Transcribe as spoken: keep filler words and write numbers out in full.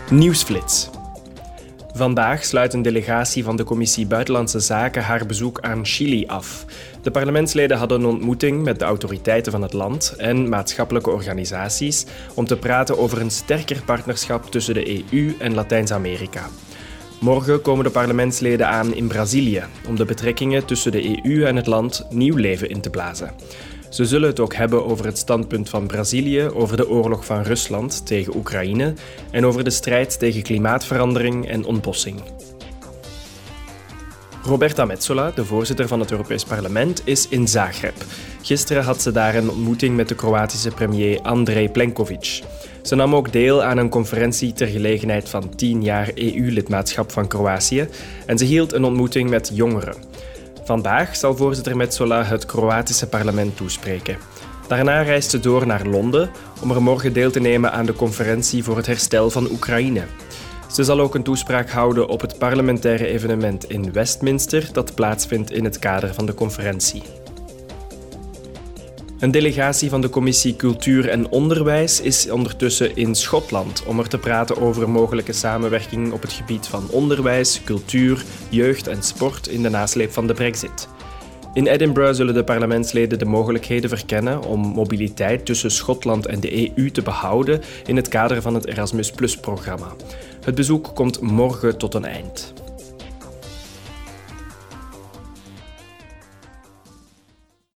Nieuwsflits. Vandaag sluit een delegatie van de Commissie Buitenlandse Zaken haar bezoek aan Chili af. De parlementsleden hadden een ontmoeting met de autoriteiten van het land en maatschappelijke organisaties om te praten over een sterker partnerschap tussen de E U en Latijns-Amerika. Morgen komen de parlementsleden aan in Brazilië om de betrekkingen tussen de E U en het land nieuw leven in te blazen. Ze zullen het ook hebben over het standpunt van Brazilië over de oorlog van Rusland tegen Oekraïne en over de strijd tegen klimaatverandering en ontbossing. Roberta Metsola, de voorzitter van het Europees Parlement, is in Zagreb. Gisteren had ze daar een ontmoeting met de Kroatische premier Andrej Plenković. Ze nam ook deel aan een conferentie ter gelegenheid van tien jaar E U-lidmaatschap van Kroatië en ze hield een ontmoeting met jongeren. Vandaag zal voorzitter Metsola het Kroatische parlement toespreken. Daarna reist ze door naar Londen om er morgen deel te nemen aan de conferentie voor het herstel van Oekraïne. Ze zal ook een toespraak houden op het parlementaire evenement in Westminster dat plaatsvindt in het kader van de conferentie. Een delegatie van de Commissie Cultuur en Onderwijs is ondertussen in Schotland om er te praten over mogelijke samenwerking op het gebied van onderwijs, cultuur, jeugd en sport in de nasleep van de Brexit. In Edinburgh zullen de parlementsleden de mogelijkheden verkennen om mobiliteit tussen Schotland en de E U te behouden in het kader van het Erasmus Plus-programma. Het bezoek komt morgen tot een eind.